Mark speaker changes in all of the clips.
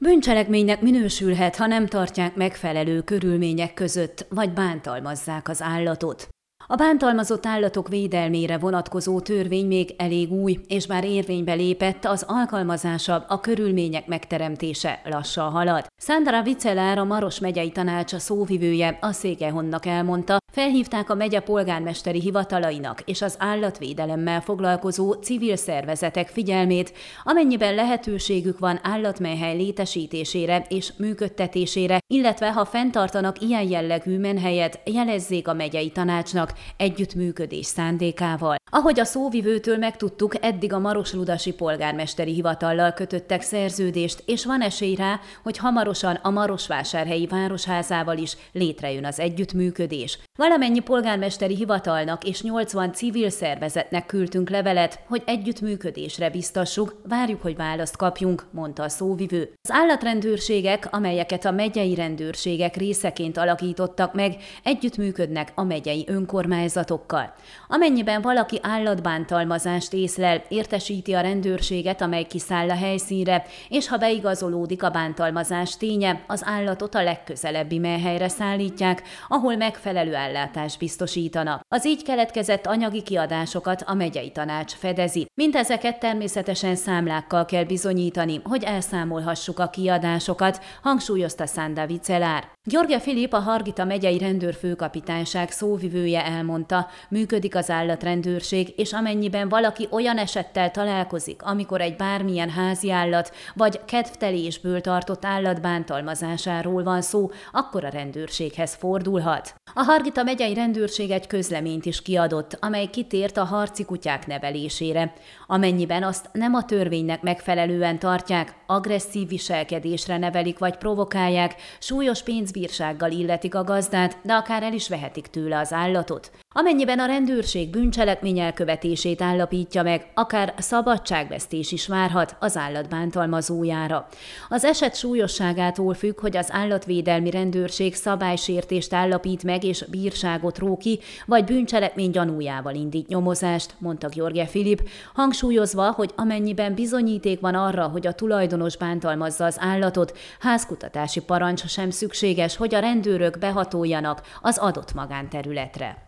Speaker 1: Bűncselekménynek minősülhet, ha nem tartják megfelelő körülmények között, vagy bántalmazzák az állatot. A bántalmazott állatok védelmére vonatkozó törvény még elég új, és bár érvénybe lépett, az alkalmazása, a körülmények megteremtése lassan halad. Sandra Vicelar, a Maros megyei tanács szóvivője a Székelyhonnak elmondta, felhívták a megye polgármesteri hivatalainak és az állatvédelemmel foglalkozó civil szervezetek figyelmét, amennyiben lehetőségük van állatmenhely létesítésére és működtetésére, illetve ha fenntartanak ilyen jellegű menhelyet, jelezzék a megyei tanácsnak együttműködés szándékával. Ahogy a szóvivőtől megtudtuk, eddig a Maros-Ludasi polgármesteri hivatallal kötöttek szerződést, és van esély rá, hogy hamarosan a Marosvásárhelyi Városházával is létrejön az együttműködés. Valamennyi polgármesteri hivatalnak és 80 civil szervezetnek küldtünk levelet, hogy együttműködésre biztassuk, várjuk, hogy választ kapjunk, mondta a szóvivő. Az állatrendőrségek, amelyeket a megyei rendőrségek részeként alakítottak meg, együttműködnek a megyei önkormányzatokkal. Amennyiben valaki állatbántalmazást észlel, értesíti a rendőrséget, amely kiszáll a helyszínre, és ha beigazolódik a bántalmazás ténye, az állatot a legközelebbi menhelyre szállítják, ahol megfelelő ellátást biztosítanak. Az így keletkezett anyagi kiadásokat a megyei tanács fedezi. Mindezeket természetesen számlákkal kell bizonyítani, hogy elszámolhassuk a kiadásokat, hangsúlyozta Sandra Vicelar. György Filip, a Hargita megyei rendőrfőkapitányság szóvivője elmondta, működik az állatrendőrség, és amennyiben valaki olyan esettel találkozik, amikor egy bármilyen házi állat vagy kedvtelésből tartott állat bántalmazásáról van szó, akkor a rendőrséghez fordulhat. A Hargita megyei rendőrség egy közleményt is kiadott, amely kitért a harci kutyák nevelésére. Amennyiben azt nem a törvénynek megfelelően tartják, agresszív viselkedésre nevelik vagy provokálják, súlyos pénzbírsággal illetik a gazdát, de akár el is vehetik tőle az állatot. Amennyiben a rendőrség bűncselekmény elkövetését állapítja meg, akár szabadságvesztés is várhat az állat bántalmazójára. Az eset súlyosságától függ, hogy az állatvédelmi rendőrség szabálysértést állapít meg és bírságot ró ki, vagy bűncselekmény gyanújával indít nyomozást, mondta György Filip, hangsúlyozva, hogy amennyiben bizonyíték van arra, hogy a tulajdonos bántalmazza az állatot, házkutatási parancs sem szükséges, hogy a rendőrök behatoljanak az adott magánterületre.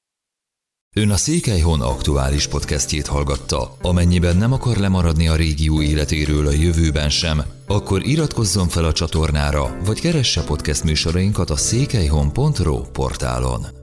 Speaker 2: Ön a Székelyhon aktuális podcastjét hallgatta. Amennyiben nem akar lemaradni a régió életéről a jövőben sem, akkor iratkozzon fel a csatornára, vagy keresse podcast műsorainkat a székelyhon.ro portálon.